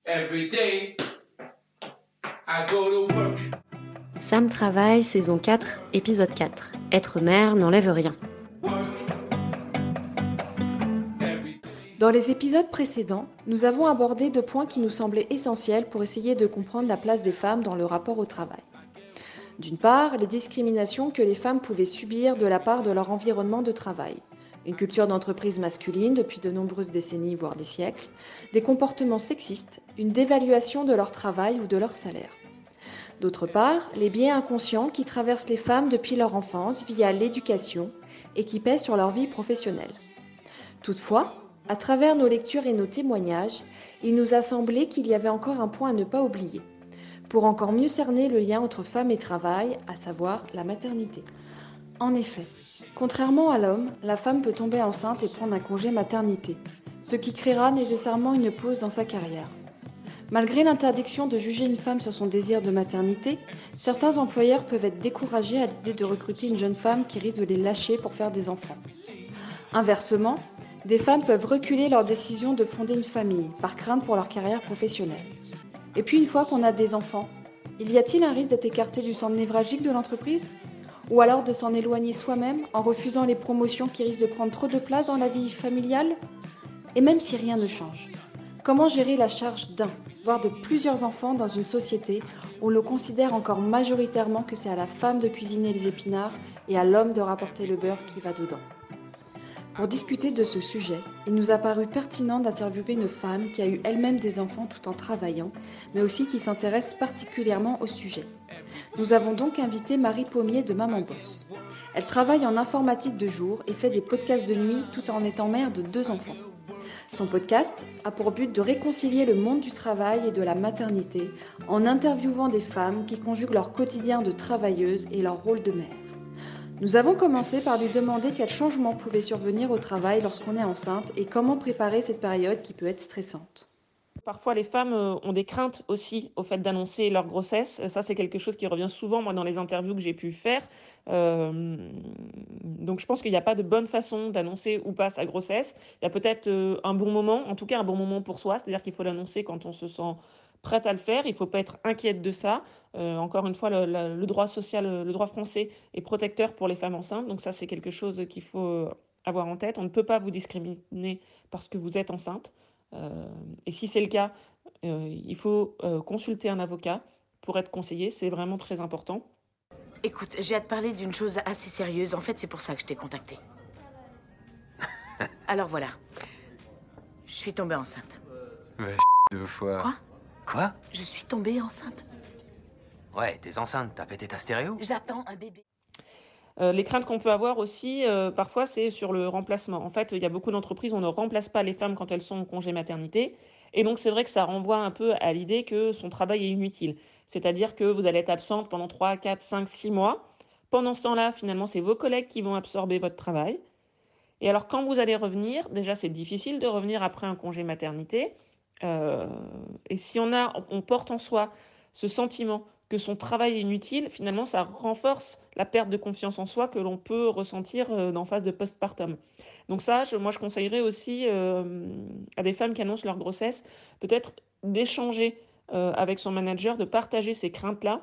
Every day, I go to work. Sam travaille, saison 4, épisode 4. Être mère n'enlève rien. Dans les épisodes précédents, nous avons abordé 2 points qui nous semblaient essentiels pour essayer de comprendre la place des femmes dans le rapport au travail. D'une part, les discriminations que les femmes pouvaient subir de la part de leur environnement de travail. Une culture d'entreprise masculine depuis de nombreuses décennies, voire des siècles, des comportements sexistes, une dévaluation de leur travail ou de leur salaire. D'autre part, les biais inconscients qui traversent les femmes depuis leur enfance via l'éducation et qui pèsent sur leur vie professionnelle. Toutefois, à travers nos lectures et nos témoignages, il nous a semblé qu'il y avait encore un point à ne pas oublier, pour encore mieux cerner le lien entre femme et travail, à savoir la maternité. En effet, contrairement à l'homme, la femme peut tomber enceinte et prendre un congé maternité, ce qui créera nécessairement une pause dans sa carrière. Malgré l'interdiction de juger une femme sur son désir de maternité, certains employeurs peuvent être découragés à l'idée de recruter une jeune femme qui risque de les lâcher pour faire des enfants. Inversement, des femmes peuvent reculer leur décision de fonder une famille par crainte pour leur carrière professionnelle. Et puis une fois qu'on a des enfants, y a-t-il un risque d'être écarté du centre névralgique de l'entreprise ? Ou alors de s'en éloigner soi-même en refusant les promotions qui risquent de prendre trop de place dans la vie familiale ? Et même si rien ne change, comment gérer la charge d'un, voire de plusieurs enfants dans une société où l'on considère encore majoritairement que c'est à la femme de cuisiner les épinards et à l'homme de rapporter le beurre qui va dedans ? Pour discuter de ce sujet, il nous a paru pertinent d'interviewer une femme qui a eu elle-même des enfants tout en travaillant, mais aussi qui s'intéresse particulièrement au sujet. Nous avons donc invité Marie Pommier de Maman Boss. Elle travaille en informatique de jour et fait des podcasts de nuit tout en étant mère de 2 enfants. Son podcast a pour but de réconcilier le monde du travail et de la maternité en interviewant des femmes qui conjuguent leur quotidien de travailleuse et leur rôle de mère. Nous avons commencé par lui demander quels changements pouvaient survenir au travail lorsqu'on est enceinte et comment préparer cette période qui peut être stressante. Parfois, les femmes ont des craintes aussi au fait d'annoncer leur grossesse. Ça, c'est quelque chose qui revient souvent, moi, dans les interviews que j'ai pu faire. Donc, je pense qu'il n'y a pas de bonne façon d'annoncer ou pas sa grossesse. Il y a peut-être un bon moment, en tout cas un bon moment pour soi, c'est-à-dire qu'il faut l'annoncer quand on se sent prête à le faire. Il ne faut pas être inquiète de ça. Encore une fois, le droit social, le droit français est protecteur pour les femmes enceintes. Donc ça, c'est quelque chose qu'il faut avoir en tête. On ne peut pas vous discriminer parce que vous êtes enceinte. Et si c'est le cas, il faut consulter un avocat pour être conseillé. C'est vraiment très important. Écoute, j'ai à te parler d'une chose assez sérieuse. En fait, c'est pour ça que je t'ai contacté. Alors voilà. Je suis tombée enceinte. Ouais, 2 fois. Quoi ? Quoi ? Je suis tombée enceinte. Ouais, t'es enceinte, t'as pété ta stéréo ? J'attends un bébé. Les craintes qu'on peut avoir aussi, parfois, c'est sur le remplacement. En fait, il y a beaucoup d'entreprises, on ne remplace pas les femmes quand elles sont en congé maternité. Et donc, c'est vrai que ça renvoie un peu à l'idée que son travail est inutile. C'est-à-dire que vous allez être absente pendant 3, 4, 5, 6 mois. Pendant ce temps-là, finalement, c'est vos collègues qui vont absorber votre travail. Et alors, quand vous allez revenir, déjà, c'est difficile de revenir après un congé maternité. Et si on porte en soi ce sentiment que son travail est inutile, finalement, ça renforce la perte de confiance en soi que l'on peut ressentir en phase de postpartum. Donc ça, moi, je conseillerais aussi à des femmes qui annoncent leur grossesse, peut-être d'échanger avec son manager, de partager ces craintes-là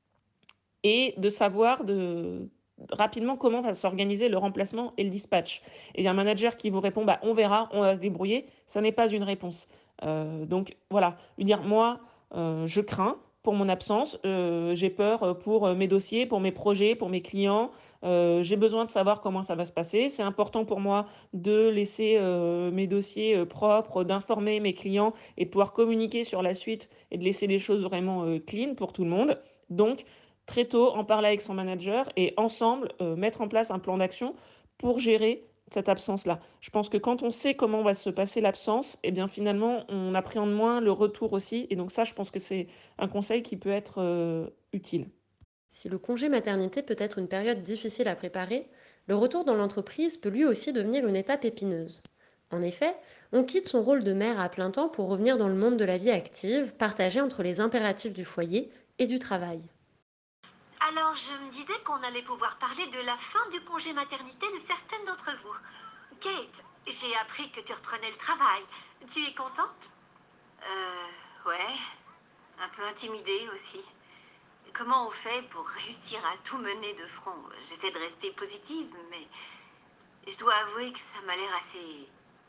et de savoir rapidement comment va s'organiser le remplacement et le dispatch. Et il y a un manager qui vous répond on verra, on va se débrouiller. Ça n'est pas une réponse. Donc voilà, lui dire moi, je crains pour mon absence, j'ai peur pour mes dossiers, pour mes projets, pour mes clients. J'ai besoin de savoir comment ça va se passer. C'est important pour moi de laisser mes dossiers propres, d'informer mes clients et de pouvoir communiquer sur la suite et de laisser les choses vraiment clean pour tout le monde. Donc, très tôt, en parler avec son manager et ensemble mettre en place un plan d'action pour gérer cette absence-là. Je pense que quand on sait comment va se passer l'absence, eh bien finalement, on appréhende moins le retour aussi. Et donc ça, je pense que c'est un conseil qui peut être utile. Si le congé maternité peut être une période difficile à préparer, le retour dans l'entreprise peut lui aussi devenir une étape épineuse. En effet, on quitte son rôle de mère à plein temps pour revenir dans le monde de la vie active, partagé entre les impératifs du foyer et du travail. Alors, je me disais qu'on allait pouvoir parler de la fin du congé maternité de certaines d'entre vous. Kate, j'ai appris que tu reprenais le travail. Tu es contente ? Ouais. peu intimidée aussi. Comment on fait pour réussir à tout mener de front? J'essaie de rester positive, mais je dois avouer que ça m'a l'air assez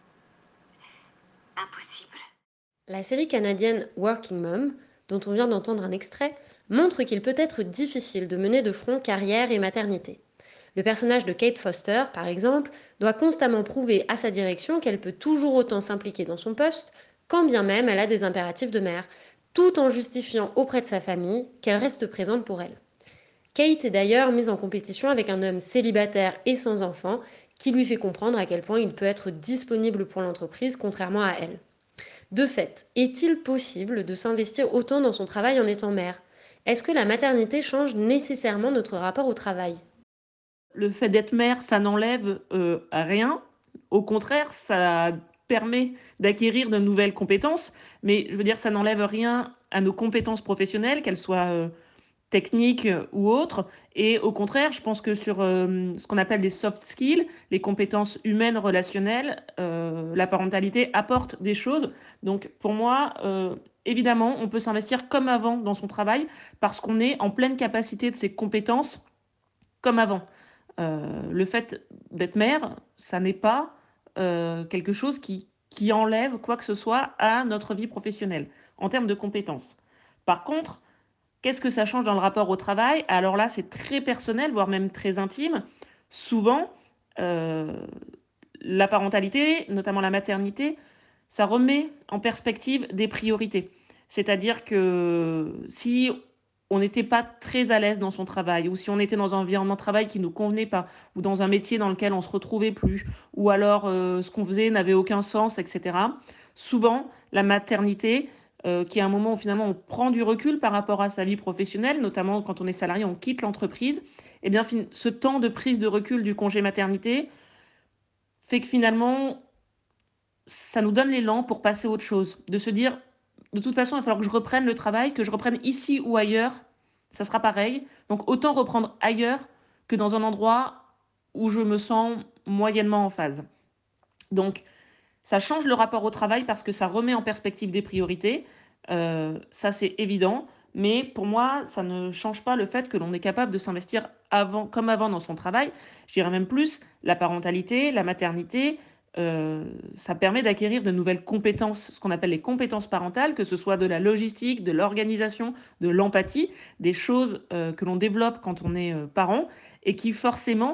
impossible. La série canadienne Working Mom, dont on vient d'entendre un extrait, montre qu'il peut être difficile de mener de front carrière et maternité. Le personnage de Kate Foster, par exemple, doit constamment prouver à sa direction qu'elle peut toujours autant s'impliquer dans son poste, quand bien même elle a des impératifs de mère, tout en justifiant auprès de sa famille qu'elle reste présente pour elle. Kate est d'ailleurs mise en compétition avec un homme célibataire et sans enfant, qui lui fait comprendre à quel point il peut être disponible pour l'entreprise contrairement à elle. De fait, est-il possible de s'investir autant dans son travail en étant mère? Est-ce que la maternité change nécessairement notre rapport au travail? Le fait d'être mère, ça n'enlève rien. Au contraire, ça permet d'acquérir de nouvelles compétences. Mais je veux dire, ça n'enlève rien à nos compétences professionnelles, qu'elles soient techniques ou autres. Et au contraire, je pense que sur ce qu'on appelle les soft skills, les compétences humaines relationnelles, la parentalité apporte des choses. Donc pour moi, évidemment, on peut s'investir comme avant dans son travail parce qu'on est en pleine capacité de ses compétences comme avant. Le fait d'être mère, ça n'est pas quelque chose qui enlève quoi que ce soit à notre vie professionnelle en termes de compétences. Par contre, qu'est-ce que ça change dans le rapport au travail? Alors là, c'est très personnel, voire même très intime. Souvent, euh, la parentalité, notamment la maternité, ça remet en perspective des priorités. C'est-à-dire que si on n'était pas très à l'aise dans son travail, ou si on était dans un environnement de travail qui ne nous convenait pas, ou dans un métier dans lequel on ne se retrouvait plus, ou alors ce qu'on faisait n'avait aucun sens, etc. Souvent, la maternité, qui est un moment où finalement on prend du recul par rapport à sa vie professionnelle, notamment quand on est salarié, on quitte l'entreprise, et bien ce temps de prise de recul du congé maternité fait que finalement, ça nous donne l'élan pour passer à autre chose. De se dire, de toute façon, il va falloir que je reprenne le travail, que je reprenne ici ou ailleurs, ça sera pareil. Donc autant reprendre ailleurs que dans un endroit où je me sens moyennement en phase. Donc ça change le rapport au travail parce que ça remet en perspective des priorités. Ça, c'est évident. Mais pour moi, ça ne change pas le fait que l'on est capable de s'investir avant, comme avant dans son travail. Je dirais même plus, la parentalité, la maternité, ça permet d'acquérir de nouvelles compétences, ce qu'on appelle les compétences parentales, que ce soit de la logistique, de l'organisation, de l'empathie, des choses que l'on développe quand on est parent et qui forcément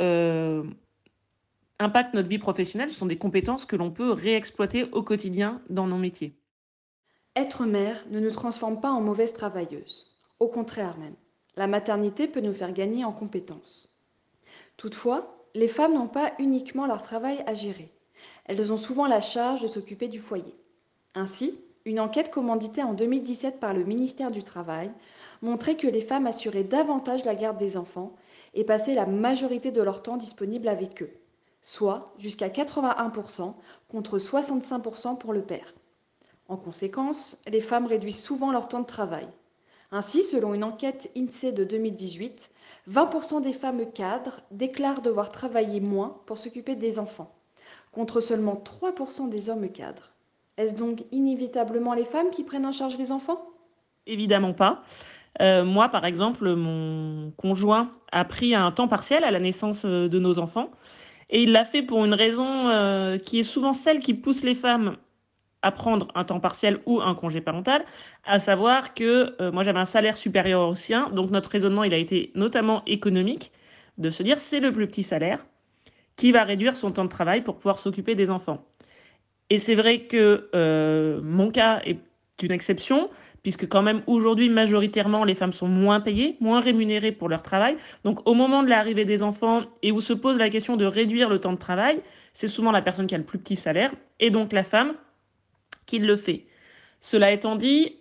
impactent notre vie professionnelle. Ce sont des compétences que l'on peut réexploiter au quotidien dans nos métiers. Être mère ne nous transforme pas en mauvaise travailleuse. Au contraire même, la maternité peut nous faire gagner en compétences. Toutefois, les femmes n'ont pas uniquement leur travail à gérer. Elles ont souvent la charge de s'occuper du foyer. Ainsi, une enquête commanditée en 2017 par le ministère du Travail montrait que les femmes assuraient davantage la garde des enfants et passaient la majorité de leur temps disponible avec eux, soit jusqu'à 81% contre 65% pour le père. En conséquence, les femmes réduisent souvent leur temps de travail. Ainsi, selon une enquête INSEE de 2018, 20% des femmes cadres déclarent devoir travailler moins pour s'occuper des enfants, contre seulement 3% des hommes cadres. Est-ce donc inévitablement les femmes qui prennent en charge les enfants? Évidemment pas. Moi, par exemple, mon conjoint a pris un temps partiel à la naissance de nos enfants. Et il l'a fait pour une raison qui est souvent celle qui pousse les femmes à prendre un temps partiel ou un congé parental, à savoir que moi j'avais un salaire supérieur au sien, donc notre raisonnement il a été notamment économique, de se dire c'est le plus petit salaire qui va réduire son temps de travail pour pouvoir s'occuper des enfants. Et c'est vrai que mon cas est une exception, puisque quand même aujourd'hui, majoritairement, les femmes sont moins payées, moins rémunérées pour leur travail. Donc au moment de l'arrivée des enfants et où se pose la question de réduire le temps de travail, c'est souvent la personne qui a le plus petit salaire, et donc la femme qui le fait. Cela étant dit,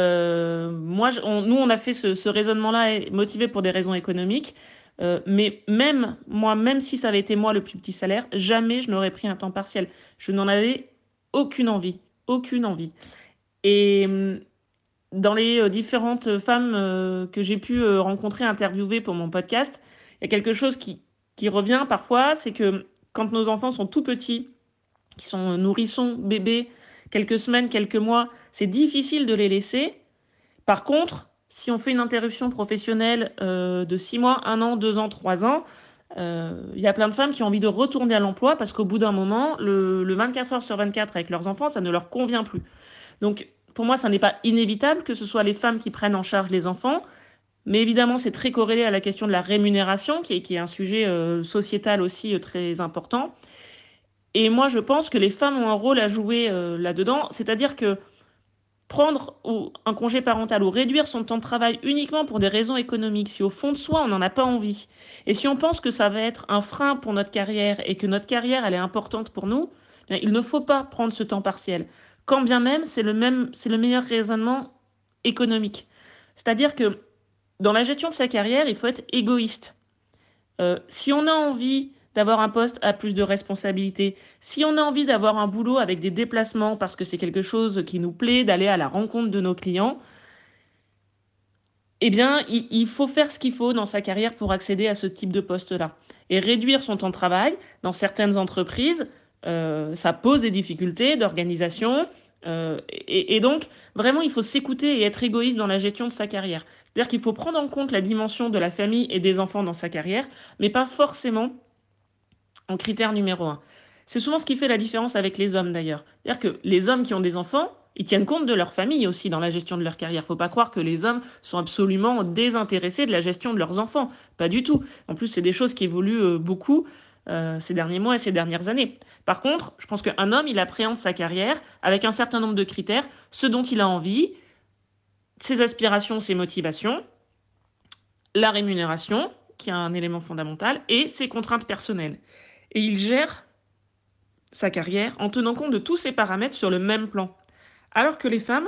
nous, on a fait ce raisonnement-là motivé pour des raisons économiques. Mais même moi, même si ça avait été moi le plus petit salaire, jamais je n'aurais pris un temps partiel. Je n'en avais aucune envie, aucune envie. Et dans les différentes femmes que j'ai pu rencontrer, interviewer pour mon podcast, il y a quelque chose qui revient parfois, c'est que quand nos enfants sont tout petits, qui sont nourrissons, bébés, quelques semaines, quelques mois, c'est difficile de les laisser Par contre, si on fait une interruption professionnelle de 6 mois, 1 an, 2 ans, 3 ans, il y a plein de femmes qui ont envie de retourner à l'emploi parce qu'au bout d'un moment, le 24 heures sur 24 avec leurs enfants, ça ne leur convient plus. Donc, pour moi, ça n'est pas inévitable que ce soit les femmes qui prennent en charge les enfants, mais évidemment, c'est très corrélé à la question de la rémunération, qui est un sujet sociétal aussi très important. Et moi, je pense que les femmes ont un rôle à jouer là-dedans, c'est-à-dire que prendre un congé parental ou réduire son temps de travail uniquement pour des raisons économiques, si au fond de soi, on n'en a pas envie, et si on pense que ça va être un frein pour notre carrière et que notre carrière, elle est importante pour nous, bien, il ne faut pas prendre ce temps partiel. Quand bien même, c'est le meilleur raisonnement économique. C'est-à-dire que dans la gestion de sa carrière, il faut être égoïste. Si on a envie d'avoir un poste à plus de responsabilité, si on a envie d'avoir un boulot avec des déplacements parce que c'est quelque chose qui nous plaît, d'aller à la rencontre de nos clients, eh bien, il faut faire ce qu'il faut dans sa carrière pour accéder à ce type de poste-là. Et réduire son temps de travail, dans certaines entreprises, ça pose des difficultés d'organisation. Et donc, vraiment, il faut s'écouter et être égoïste dans la gestion de sa carrière. C'est-à-dire qu'il faut prendre en compte la dimension de la famille et des enfants dans sa carrière, mais pas forcément en critère numéro un. C'est souvent ce qui fait la différence avec les hommes d'ailleurs. C'est-à-dire que les hommes qui ont des enfants, ils tiennent compte de leur famille aussi dans la gestion de leur carrière. Faut pas croire que les hommes sont absolument désintéressés de la gestion de leurs enfants. Pas du tout. En plus, c'est des choses qui évoluent beaucoup ces derniers mois et ces dernières années. Par contre, je pense qu'un homme, il appréhende sa carrière avec un certain nombre de critères, ce dont il a envie, ses aspirations, ses motivations, la rémunération, qui est un élément fondamental, et ses contraintes personnelles. Et il gère sa carrière en tenant compte de tous ces paramètres sur le même plan. Alors que les femmes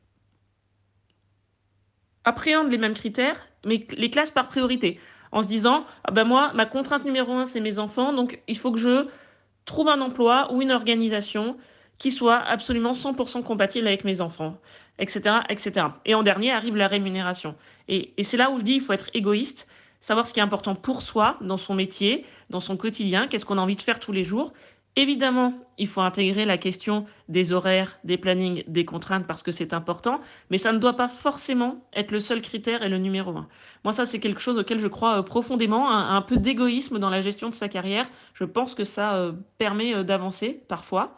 appréhendent les mêmes critères, mais les classent par priorité, en se disant ah ben moi, ma contrainte numéro un, c'est mes enfants, donc il faut que je trouve un emploi ou une organisation qui soit absolument 100% compatible avec mes enfants, etc., etc. Et en dernier arrive la rémunération. Et c'est là où je dis il faut être égoïste, savoir ce qui est important pour soi, dans son métier, dans son quotidien, qu'est-ce qu'on a envie de faire tous les jours. Évidemment, il faut intégrer la question des horaires, des plannings, des contraintes parce que c'est important, mais ça ne doit pas forcément être le seul critère et le numéro un. Moi, ça, c'est quelque chose auquel je crois profondément, un peu d'égoïsme dans la gestion de sa carrière. Je pense que ça permet d'avancer parfois.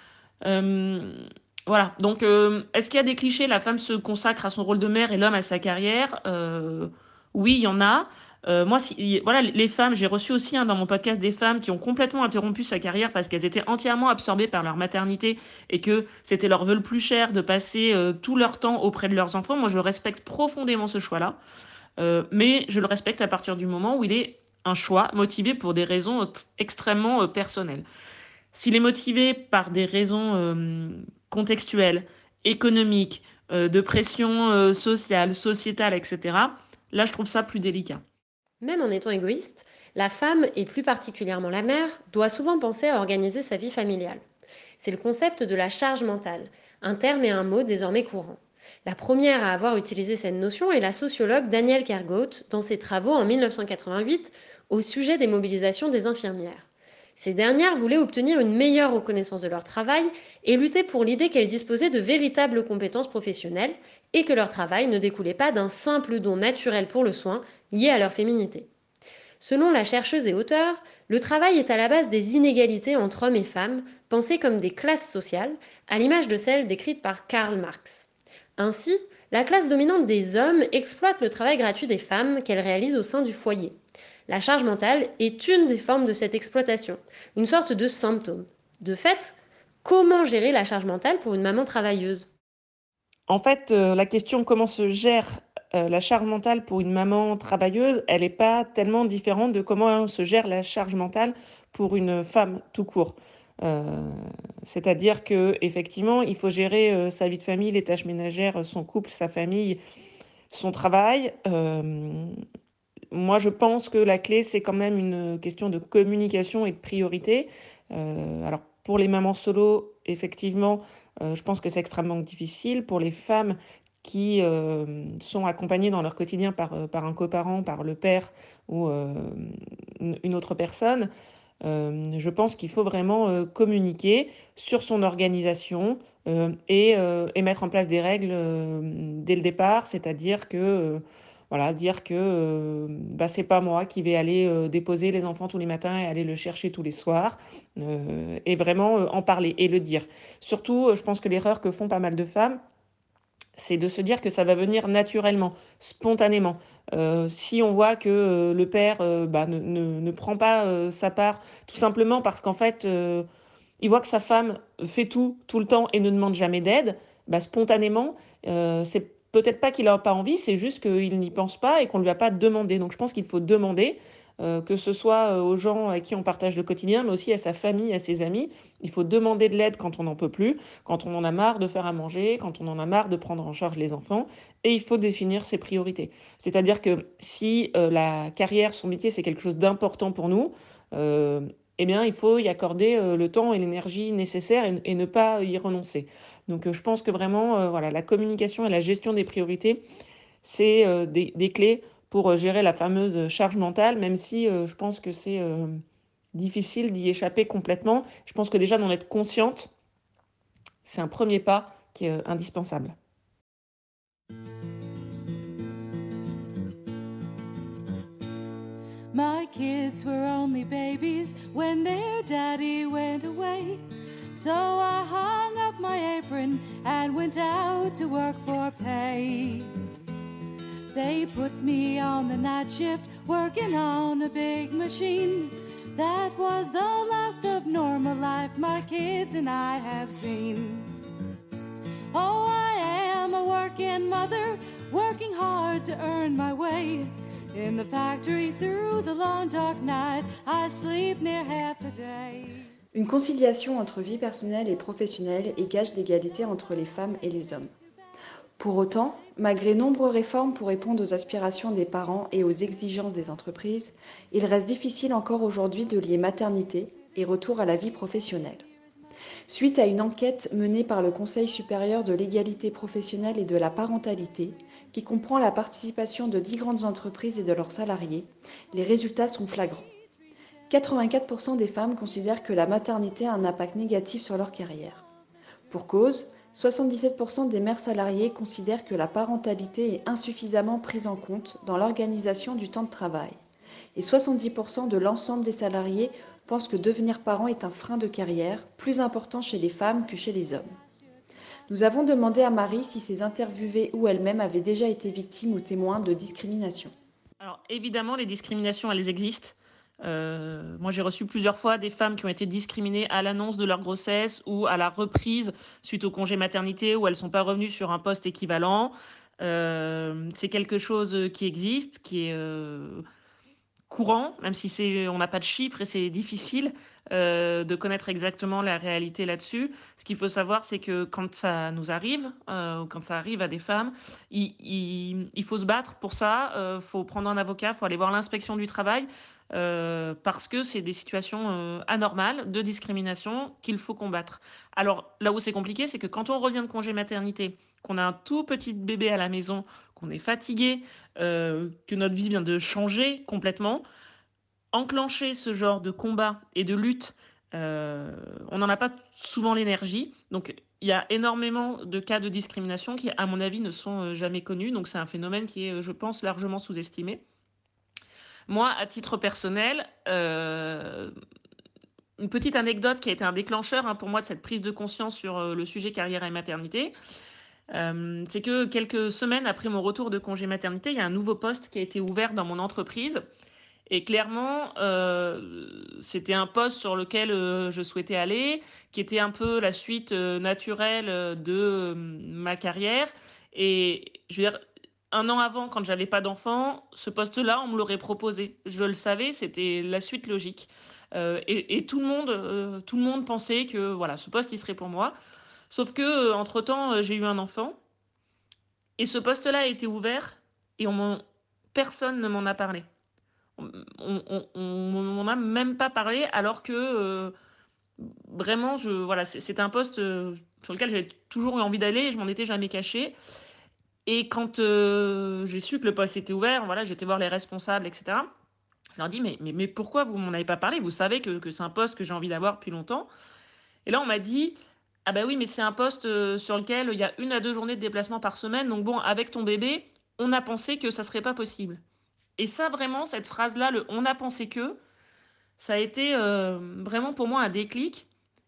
Euh, voilà, donc est-ce qu'il y a des clichés? La femme se consacre à son rôle de mère et l'homme à sa carrière. Oui, il y en a. Moi, voilà, les femmes, j'ai reçu aussi dans mon podcast des femmes qui ont complètement interrompu sa carrière parce qu'elles étaient entièrement absorbées par leur maternité et que c'était leur vœu le plus cher de passer tout leur temps auprès de leurs enfants. Moi, je respecte profondément ce choix-là, mais je le respecte à partir du moment où il est un choix motivé pour des raisons extrêmement personnelles. S'il est motivé par des raisons contextuelles, économiques, de pression sociale, sociétale, etc., là, je trouve ça plus délicat. Même en étant égoïste, la femme, et plus particulièrement la mère, doit souvent penser à organiser sa vie familiale. C'est le concept de la charge mentale, un terme et un mot désormais courant. La première à avoir utilisé cette notion est la sociologue Danielle Kergoat dans ses travaux en 1988 au sujet des mobilisations des infirmières. Ces dernières voulaient obtenir une meilleure reconnaissance de leur travail et lutter pour l'idée qu'elles disposaient de véritables compétences professionnelles et que leur travail ne découlait pas d'un simple don naturel pour le soin lié à leur féminité. Selon la chercheuse et auteure, le travail est à la base des inégalités entre hommes et femmes, pensées comme des classes sociales, à l'image de celles décrites par Karl Marx. Ainsi, la classe dominante des hommes exploite le travail gratuit des femmes qu'elles réalisent au sein du foyer. La charge mentale est une des formes de cette exploitation, une sorte de symptôme. De fait, comment gérer la charge mentale pour une maman travailleuse? En fait, la question comment se gère la charge mentale pour une maman travailleuse, elle n'est pas tellement différente de comment se gère la charge mentale pour une femme tout court. Euh, C'est-à-dire que effectivement, il faut gérer sa vie de famille, les tâches ménagères, son couple, sa famille, son travail. Moi, je pense que la clé, c'est quand même une question de communication et de priorité. Alors, pour les mamans solo, effectivement, je pense que c'est extrêmement difficile. Pour les femmes qui sont accompagnées dans leur quotidien par un coparent, par le père ou une autre personne, je pense qu'il faut vraiment communiquer sur son organisation, et mettre en place des règles dès le départ, c'est-à-dire que voilà, dire que bah, c'est pas moi qui vais aller déposer les enfants tous les matins et aller le chercher tous les soirs, et vraiment en parler et le dire. Surtout, je pense que l'erreur que font pas mal de femmes, c'est de se dire que ça va venir naturellement, spontanément. Si on voit que le père bah, ne prend pas sa part, tout simplement parce qu'en fait, il voit que sa femme fait tout le temps et ne demande jamais d'aide, bah, spontanément, c'est peut-être pas qu'il n'a pas envie, c'est juste qu'il n'y pense pas et qu'on ne lui a pas demandé. Donc je pense qu'il faut demander, que ce soit aux gens avec qui on partage le quotidien, mais aussi à sa famille, à ses amis. Il faut demander de l'aide quand on n'en peut plus, quand on en a marre de faire à manger, quand on en a marre de prendre en charge les enfants, et il faut définir ses priorités. C'est-à-dire que si la carrière, son métier, c'est quelque chose d'important pour nous, euh, eh bien, il faut y accorder le temps et l'énergie nécessaires et ne pas y renoncer. Donc, je pense que vraiment, voilà, la communication et la gestion des priorités, c'est des clés pour gérer la fameuse charge mentale, même si je pense que c'est difficile d'y échapper complètement. Je pense que déjà d'en être consciente, c'est un premier pas qui est indispensable. My kids were only babies when their daddy went away. So I hung up my apron and went out to work for pay. They put me on the night shift, working on a big machine. That was the last of normal life my kids and I have seen. Oh, I am a working mother, working hard to earn my way. In the factory through the long dark night, I sleep near half the day. Une conciliation entre vie personnelle et professionnelle est gage d'égalité entre les femmes et les hommes. Pour autant, malgré nombreuses réformes pour répondre aux aspirations des parents et aux exigences des entreprises, il reste difficile encore aujourd'hui de lier maternité et retour à la vie professionnelle. Suite à une enquête menée par le Conseil supérieur de l'égalité professionnelle et de la parentalité, qui comprend la participation de 10 grandes entreprises et de leurs salariés, les résultats sont flagrants. 84% des femmes considèrent que la maternité a un impact négatif sur leur carrière. Pour cause, 77% des mères salariées considèrent que la parentalité est insuffisamment prise en compte dans l'organisation du temps de travail. Et 70% de l'ensemble des salariés pensent que devenir parent est un frein de carrière, plus important chez les femmes que chez les hommes. Nous avons demandé à Marie si ces interviewées ou elle-même avaient déjà été victimes ou témoins de discrimination. Alors évidemment, les discriminations, elles existent. Moi, j'ai reçu plusieurs fois des femmes qui ont été discriminées à l'annonce de leur grossesse ou à la reprise suite au congé maternité où elles ne sont pas revenues sur un poste équivalent. C'est quelque chose qui existe, qui est courant, même si on n'a pas de chiffres et c'est difficile de connaître exactement la réalité là-dessus. Ce qu'il faut savoir, c'est que quand ça nous arrive, quand ça arrive à des femmes, il faut se battre pour ça. Faut prendre un avocat, faut aller voir l'inspection du travail, parce que c'est des situations anormales de discrimination qu'il faut combattre. Alors là où c'est compliqué, c'est que quand on revient de congé maternité, qu'on a un tout petit bébé à la maison, qu'on est fatigué, que notre vie vient de changer complètement, enclencher ce genre de combat et de lutte, on n'en a pas souvent l'énergie. Donc il y a énormément de cas de discrimination qui, à mon avis, ne sont jamais connus. Donc c'est un phénomène qui est, je pense, largement sous-estimé. Moi, à titre personnel, une petite anecdote qui a été un déclencheur pour moi de cette prise de conscience sur le sujet carrière et maternité. C'est que quelques semaines après mon retour de congé maternité, il y a un nouveau poste qui a été ouvert dans mon entreprise. Et clairement, c'était un poste sur lequel je souhaitais aller, qui était un peu la suite naturelle de ma carrière. Et je veux dire, 1 an avant, quand j'avais pas d'enfant, ce poste-là, on me l'aurait proposé. Je le savais, c'était la suite logique. Et tout le monde pensait que voilà, ce poste, il serait pour moi. Sauf que, entre-temps, j'ai eu un enfant. Et ce poste-là a été ouvert et personne ne m'en a parlé. On m'en a même pas parlé alors que vraiment, voilà, c'était un poste sur lequel j'avais toujours eu envie d'aller et je m'en étais jamais cachée. Et quand j'ai su que le poste était ouvert, voilà, j'étais voir les responsables, etc. Je leur dis, mais pourquoi vous m'en avez pas parlé? Vous savez que c'est un poste que j'ai envie d'avoir depuis longtemps. Et là, on m'a dit, Ah bah oui, mais c'est un poste, sur lequel il y a 1 à 2 journées de déplacement par semaine, donc bon, avec ton bébé, on a pensé que ça serait pas possible. Et ça vraiment, cette phrase-là, le «on a pensé que», ça a été, vraiment pour moi un déclic.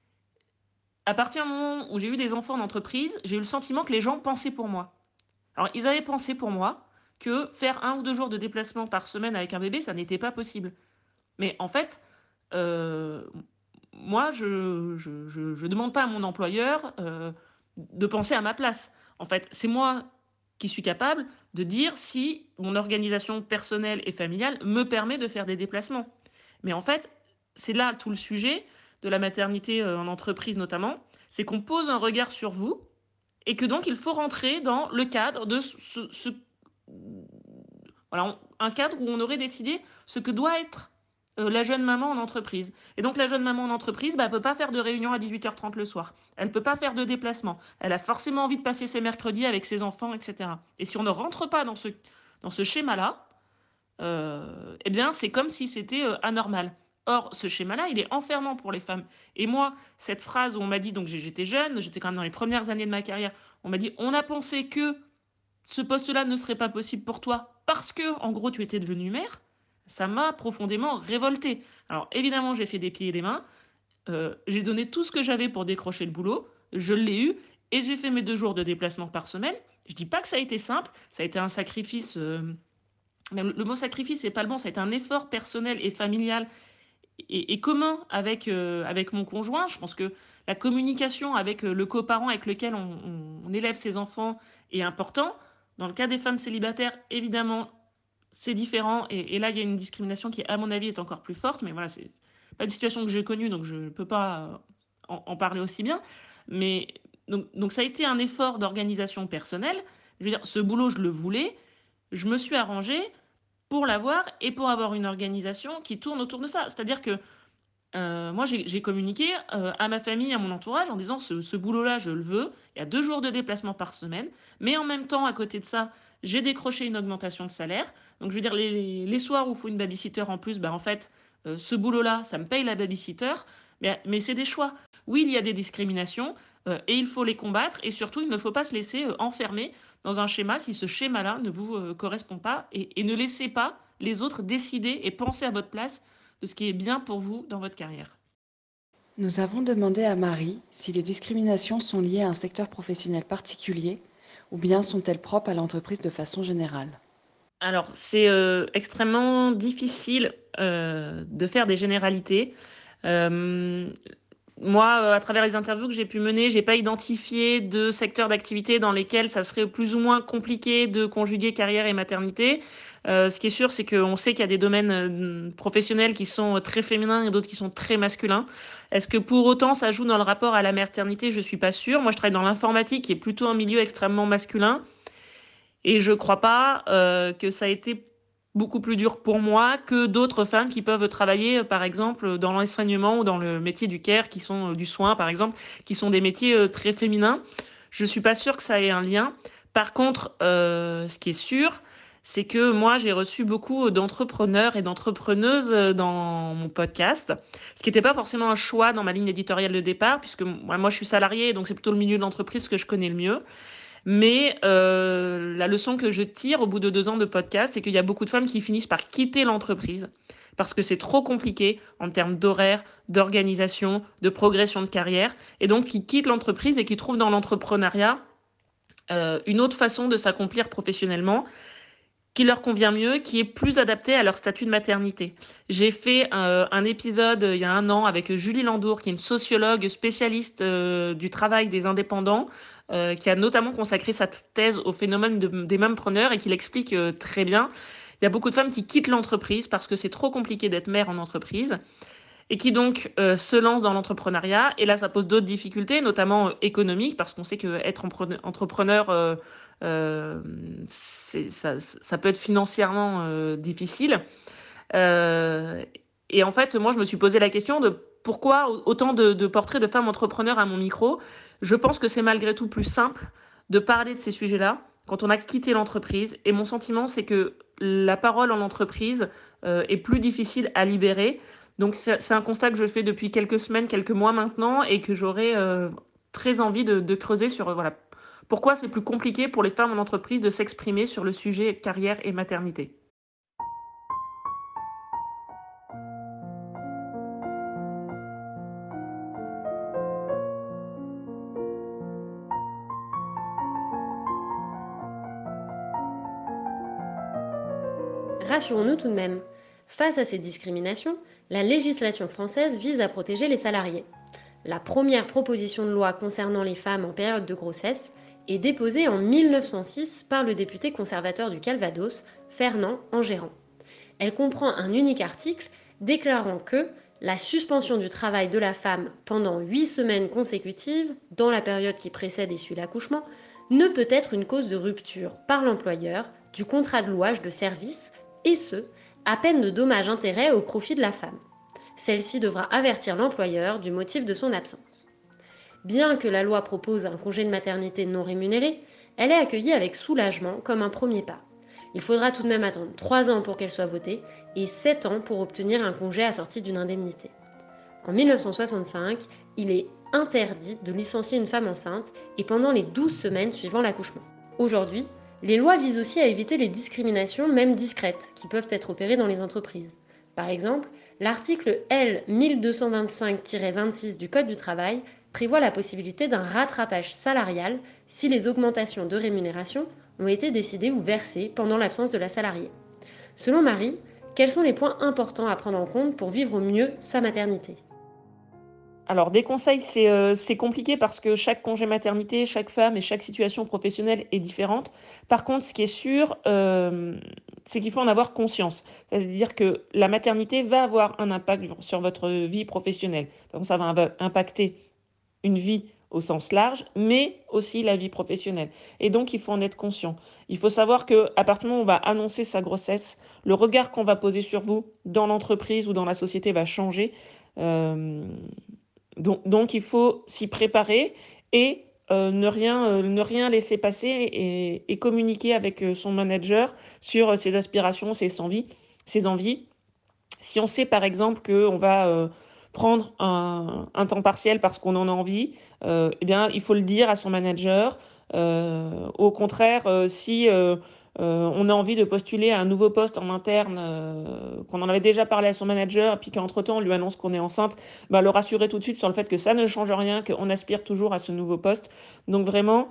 À partir du moment où j'ai eu des enfants en entreprise, j'ai eu le sentiment que les gens pensaient pour moi. Alors ils avaient pensé pour moi que faire 1 ou 2 jours de déplacement par semaine avec un bébé, ça n'était pas possible. Mais en fait, heu, moi je demande pas à mon employeur, de penser à ma place. En fait, c'est moi qui suis capable de dire si mon organisation personnelle et familiale me permet de faire des déplacements. Mais en fait, c'est là tout le sujet de la maternité, en entreprise notamment, c'est qu'on pose un regard sur vous et que donc il faut rentrer dans le cadre de ce voilà, un cadre où on aurait décidé ce que doit être, la jeune maman en entreprise. Et donc la jeune maman en entreprise, bah, elle peut pas faire de réunion à 18h30 le soir. Elle peut pas faire de déplacement. Elle a forcément envie de passer ses mercredis avec ses enfants et cetera. Et si on ne rentre pas dans ce schéma-là, eh bien, c'est comme si c'était, anormal. Or, ce schéma-là, il est enfermant pour les femmes. Et moi, cette phrase où on m'a dit, donc j'étais jeune, j'étais quand même dans les premières années de ma carrière, on m'a dit: «On a pensé que ce poste-là ne serait pas possible pour toi parce que, en gros, tu étais devenue mère», ça m'a profondément révoltée. Alors évidemment, j'ai fait des pieds et des mains, j'ai donné tout ce que j'avais pour décrocher le boulot, je l'ai eu et j'ai fait mes 2 jours de déplacement par semaine. Je dis pas que ça a été simple, ça a été un sacrifice, mais le mot sacrifice, c'est pas le bon, ça a été un effort personnel et familial et commun avec mon conjoint. Je pense que la communication avec, le coparent avec lequel on élève ses enfants est important. Dans le cas des femmes célibataires, évidemment, c'est différent et là, il y a une discrimination qui, à mon avis, est encore plus forte. Mais voilà, c'est pas une situation que j'ai connue, donc je ne peux pas, en parler aussi bien. Mais donc ça a été un effort d'organisation personnelle. Je veux dire, ce boulot, je le voulais. Je me suis arrangée pour l'avoir et pour avoir une organisation qui tourne autour de ça. C'est-à-dire que, moi j'ai communiqué, à ma famille, à mon entourage en disant: «Ce boulot-là, je le veux. Il y a 2 jours de déplacement par semaine, mais en même temps, à côté de ça, j'ai décroché une augmentation de salaire». Donc je veux dire les soirs où il faut une baby-sitter en plus, bah, en fait, ce boulot-là, ça me paye la baby-sitter, mais c'est des choix. Oui, il y a des discriminations, et il faut les combattre et surtout, il ne faut pas se laisser, enfermer dans un schéma si ce schéma-là ne vous, correspond pas et ne laissez pas les autres décider et penser à votre place de ce qui est bien pour vous dans votre carrière. Nous avons demandé à Marie si les discriminations sont liées à un secteur professionnel particulier ou bien sont-elles propres à l'entreprise de façon générale. Alors, c'est, extrêmement difficile, de faire des généralités. Hem, Moi, à travers les interviews que j'ai pu mener, j'ai pas identifié de secteurs d'activité dans lesquels ça serait plus ou moins compliqué de conjuguer carrière et maternité. Ce qui est sûr, c'est qu'on sait qu'il y a des domaines, professionnels qui sont, très féminins et d'autres qui sont très masculins. Est-ce que pour autant ça joue dans le rapport à la maternité? Je suis pas sûre. Moi, je travaille dans l'informatique qui est plutôt un milieu extrêmement masculin. Et je crois pas, que ça a été beaucoup plus dur pour moi que d'autres femmes qui peuvent travailler, par exemple, dans l'enseignement ou dans le métier du care qui sont, du soin, par exemple, qui sont des métiers, très féminins. Je suis pas sûre que ça ait un lien. Par contre, ce qui est sûr, c'est que moi, j'ai reçu beaucoup d'entrepreneurs et d'entrepreneuses, dans mon podcast. Ce qui était pas forcément un choix dans ma ligne éditoriale de départ puisque moi, je suis salariée, donc c'est plutôt le milieu de l'entreprise que je connais le mieux. Mais la leçon que je tire au bout de 2 ans de podcast, c'est qu'il y a beaucoup de femmes qui finissent par quitter l'entreprise parce que c'est trop compliqué en termes d'horaire, d'organisation, de progression de carrière, et donc qui quittent l'entreprise et qui trouvent dans l'entrepreneuriat une autre façon de s'accomplir professionnellement qui leur convient mieux, qui est plus adapté à leur statut de maternité. J'ai fait un épisode il y a 1 an avec Julie Landour, qui est une sociologue spécialiste du travail des indépendants, qui a notamment consacré sa thèse au phénomène des mompreneurs et qui l'explique très bien. Il y a beaucoup de femmes qui quittent l'entreprise parce que c'est trop compliqué d'être mère en entreprise et qui donc se lancent dans l'entrepreneuriat. Et là, ça pose d'autres difficultés, notamment économiques, parce qu'on sait qu'être entrepreneur, ça peut être financièrement difficile. Euh, et en fait, moi, je me suis posé la question de pourquoi autant de portraits de femmes entrepreneurs à mon micro. Je pense que c'est malgré tout plus simple de parler de ces sujets-là quand on a quitté l'entreprise. Et mon sentiment, c'est que la parole en entreprise est plus difficile à libérer. Donc c'est un constat que je fais depuis quelques semaines, quelques mois maintenant, et que j'aurais très envie de creuser sur voilà, pourquoi c'est plus compliqué pour les femmes en entreprise de s'exprimer sur le sujet carrière et maternité. Rassurons-nous tout de même, face à ces discriminations, la législation française vise à protéger les salariés. La première proposition de loi concernant les femmes en période de grossesse est déposée en 1906 par le député conservateur du Calvados, Fernand Enguerrand. Elle comprend un unique article déclarant que la suspension du travail de la femme pendant 8 semaines consécutives, dans la période qui précède et suit l'accouchement, ne peut être une cause de rupture par l'employeur du contrat de louage de service, et ce, à peine de dommages-intérêts au profit de la femme. Celle-ci devra avertir l'employeur du motif de son absence. Bien que la loi propose un congé de maternité non rémunéré, elle est accueillie avec soulagement comme un premier pas. Il faudra tout de même attendre 3 ans pour qu'elle soit votée et 7 ans pour obtenir un congé assorti d'une indemnité. En 1965, il est interdit de licencier une femme enceinte et pendant les 12 semaines suivant l'accouchement. Aujourd'hui, les lois visent aussi à éviter les discriminations, même discrètes, qui peuvent être opérées dans les entreprises. Par exemple, l'article L 1225-26 du Code du travail prévoit la possibilité d'un rattrapage salarial si les augmentations de rémunération ont été décidées ou versées pendant l'absence de la salariée. Selon Marie, quels sont les points importants à prendre en compte pour vivre au mieux sa maternité ? Alors, des conseils, c'est compliqué parce que chaque congé maternité, chaque femme et chaque situation professionnelle est différente. Par contre, ce qui est sûr, c'est qu'il faut en avoir conscience. C'est-à-dire que la maternité va avoir un impact sur votre vie professionnelle. Donc, ça va impacter une vie au sens large, mais aussi la vie professionnelle. Et donc, il faut en être conscient. Il faut savoir qu'à partir du moment où on va annoncer sa grossesse, le regard qu'on va poser sur vous dans l'entreprise ou dans la société va changer. Donc, il faut s'y préparer et ne rien laisser passer et communiquer avec son manager sur ses aspirations, ses envies. Si on sait par exemple qu'on va prendre un temps partiel parce qu'on en a envie, eh bien, il faut le dire à son manager. Au contraire, si on a envie de postuler à un nouveau poste en interne, qu'on en avait déjà parlé à son manager, et puis qu'entre-temps on lui annonce qu'on est enceinte, le rassurer tout de suite sur le fait que ça ne change rien, qu'on aspire toujours à ce nouveau poste. Donc vraiment,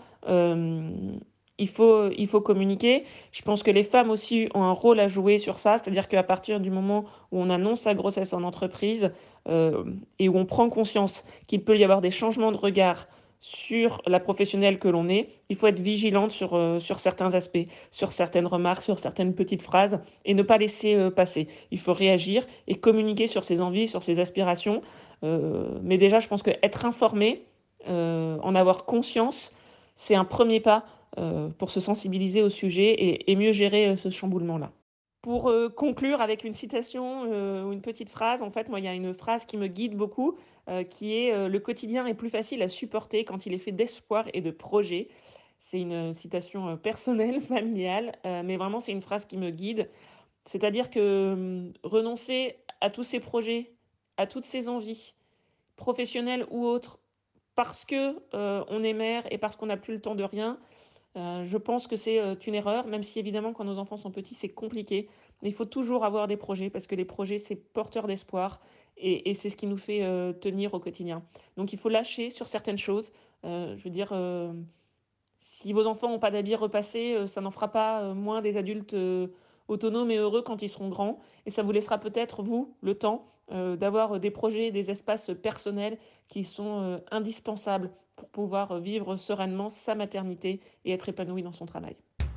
il faut communiquer. Je pense que les femmes aussi ont un rôle à jouer sur ça, c'est-à-dire qu'à partir du moment où on annonce sa grossesse en entreprise et où on prend conscience qu'il peut y avoir des changements de regard sur la professionnelle que l'on est, il faut être vigilante sur certains aspects, sur certaines remarques, sur certaines petites phrases et ne pas laisser passer. Il faut réagir et communiquer sur ses envies, sur ses aspirations. Mais déjà, je pense qu'être informé, en avoir conscience, c'est un premier pas pour se sensibiliser au sujet et mieux gérer ce chamboulement-là. Pour conclure avec une citation ou une petite phrase, en fait, moi, il y a une phrase qui me guide beaucoup, qui est « Le quotidien est plus facile à supporter quand il est fait d'espoir et de projets ». C'est une citation personnelle, familiale, mais vraiment, c'est une phrase qui me guide. C'est-à-dire que renoncer à tous ces projets, à toutes ces envies, professionnelles ou autres, parce que on est mère et parce qu'on n'a plus le temps de rien, je pense que c'est une erreur, même si évidemment quand nos enfants sont petits c'est compliqué, mais il faut toujours avoir des projets parce que les projets c'est porteur d'espoir et c'est ce qui nous fait tenir au quotidien. Donc il faut lâcher sur certaines choses. Je veux dire, si vos enfants n'ont pas d'habits repassés, ça n'en fera pas moins des adultes autonomes et heureux quand ils seront grands. Et ça vous laissera peut-être, vous, le temps d'avoir des projets, des espaces personnels qui sont indispensables pour pouvoir vivre sereinement sa maternité et être épanoui dans son travail.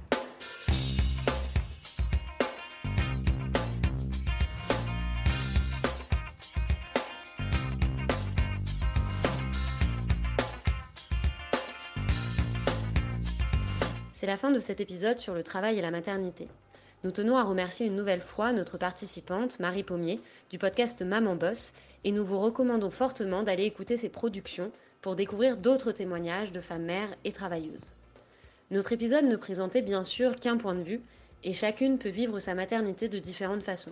C'est la fin de cet épisode sur le travail et la maternité. Nous tenons à remercier une nouvelle fois notre participante, Marie Pommier, du podcast Maman Boss, et nous vous recommandons fortement d'aller écouter ses productions pour découvrir d'autres témoignages de femmes mères et travailleuses. Notre épisode ne présentait bien sûr qu'un point de vue, et chacune peut vivre sa maternité de différentes façons.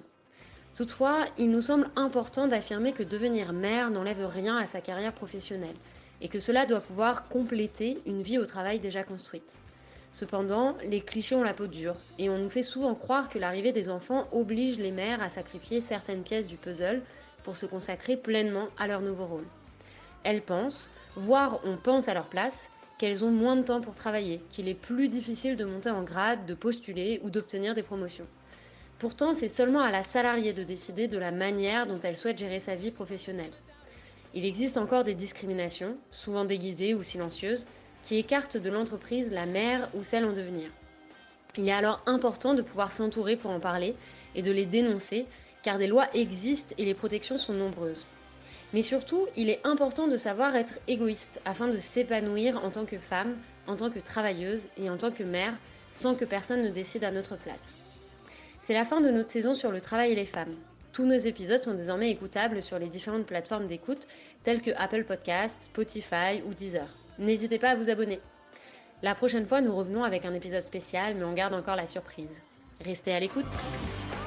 Toutefois, il nous semble important d'affirmer que devenir mère n'enlève rien à sa carrière professionnelle, et que cela doit pouvoir compléter une vie au travail déjà construite. Cependant, les clichés ont la peau dure et on nous fait souvent croire que l'arrivée des enfants oblige les mères à sacrifier certaines pièces du puzzle pour se consacrer pleinement à leur nouveau rôle. Elles pensent, voire on pense à leur place, qu'elles ont moins de temps pour travailler, qu'il est plus difficile de monter en grade, de postuler ou d'obtenir des promotions. Pourtant, c'est seulement à la salariée de décider de la manière dont elle souhaite gérer sa vie professionnelle. Il existe encore des discriminations, souvent déguisées ou silencieuses, qui écartent de l'entreprise la mère ou celle en devenir. Il est alors important de pouvoir s'entourer pour en parler et de les dénoncer, car des lois existent et les protections sont nombreuses. Mais surtout, il est important de savoir être égoïste afin de s'épanouir en tant que femme, en tant que travailleuse et en tant que mère, sans que personne ne décide à notre place. C'est la fin de notre saison sur le travail et les femmes. Tous nos épisodes sont désormais écoutables sur les différentes plateformes d'écoute telles que Apple Podcasts, Spotify ou Deezer. N'hésitez pas à vous abonner. La prochaine fois, nous revenons avec un épisode spécial, mais on garde encore la surprise. Restez à l'écoute.